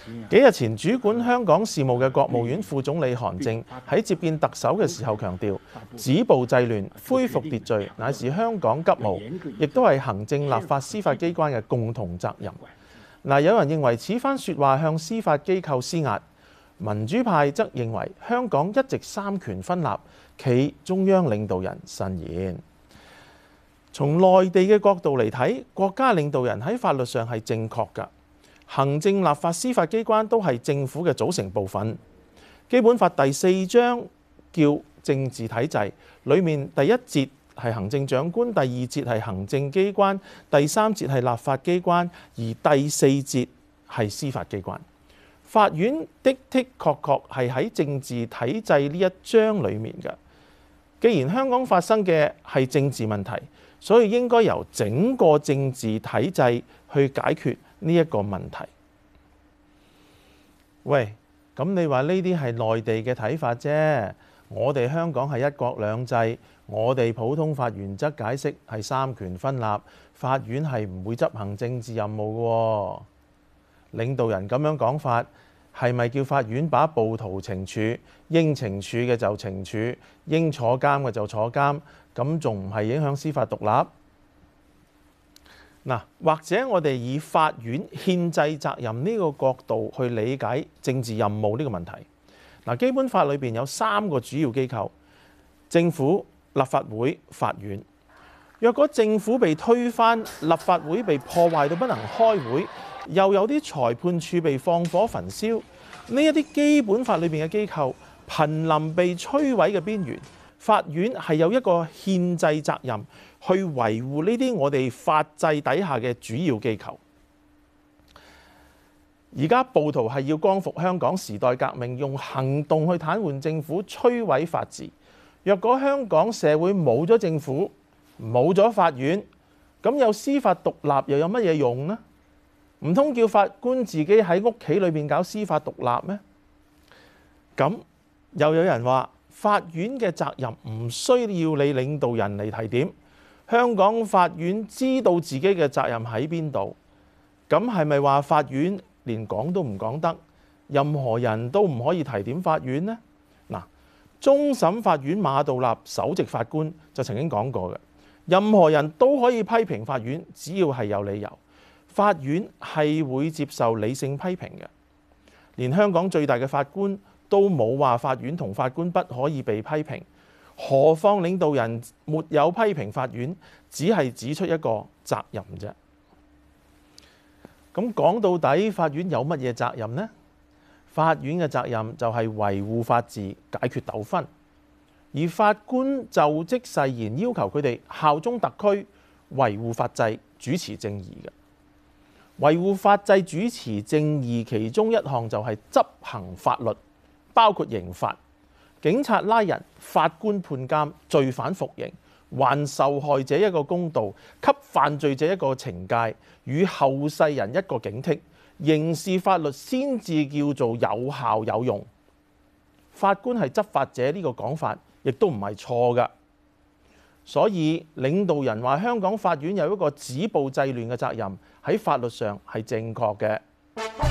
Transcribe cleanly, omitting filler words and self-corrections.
幾日前，主管香港事務嘅國務院副總理韓正喺接見特首嘅時候強調，止暴制亂、恢復秩序乃是香港急務，亦都係行政、立法、司法機關嘅共同責任。有人認為此番説話向司法機構施壓，民主派則認為香港一直三權分立，企中央領導人慎言。從內地嘅角度嚟睇，國家領導人喺法律上係正確㗎。行政、立法、司法機關都係政府嘅組成部分。基本法第4章叫政治體制，裡面第1節係行政長官，第2節係行政機關，第3節係立法機關，而第4節係司法機關。法院的確係喺政治體制呢一章裡面嘅。既然香港發生嘅係政治問題，所以應該由整個政治體制去解決呢一個問題。喂，咁你話呢啲係內地嘅睇法啫，我哋香港係一國兩制，我哋普通法原則解釋係三權分立，法院係唔會執行政治任務嘅喎。領導人咁樣講法，係咪叫法院把暴徒懲處，應懲處嘅就懲處，應坐監嘅就坐監？咁仲唔係影響司法獨立？或者我哋以法院憲制責任呢個角度去理解政治任務呢個問題。基本法裏邊有3個主要機構：政府、立法會、法院。若果政府被推翻，立法會被破壞到不能開會，又有啲裁判處被放火焚燒，呢一啲基本法裏邊嘅機構瀕臨被摧毀嘅邊緣，法院係有一個憲制責任去維護呢啲我哋法制底下嘅主要機構。而家暴徒係要光復香港時代革命，用行動去癱瘓政府，摧毀法治。若果香港社會冇咗政府，冇咗法院，咁有司法獨立又有乜嘢用呢？唔通叫法官自己喺屋企裏邊搞司法獨立咩？咁又有人話法院嘅責任唔需要你領導人嚟提點，香港法院知道自己嘅責任喺邊度。咁係咪話法院連講都唔講得，任何人都唔可以提點法院呢？終審法院馬道立首席法官就曾經講過嘅，任何人都可以批評法院，只要係有理由，法院係會接受理性批評嘅。連香港最大嘅法官都冇話法院同法官不可以被批評，何況領導人沒有批評法院，只係指出一個責任啫。咁講到底，法院有乜嘢責任呢？法院嘅責任就係維護法治、解決糾紛，而法官就職誓言要求佢哋效忠特區、維護法制、主持正義嘅。維護法制、主持正義，其中一項就係執行法律，包括刑法。警察拉人，法官判監，罪犯服刑，還受害者一個公道，給犯罪者一個懲戒，與後世人一個警惕。刑事法律先至叫做有效有用。法官係執法者呢個講法，亦都唔係錯㗎。所以領導人話香港法院有一個止暴制亂嘅責任，喺法律上係正確嘅。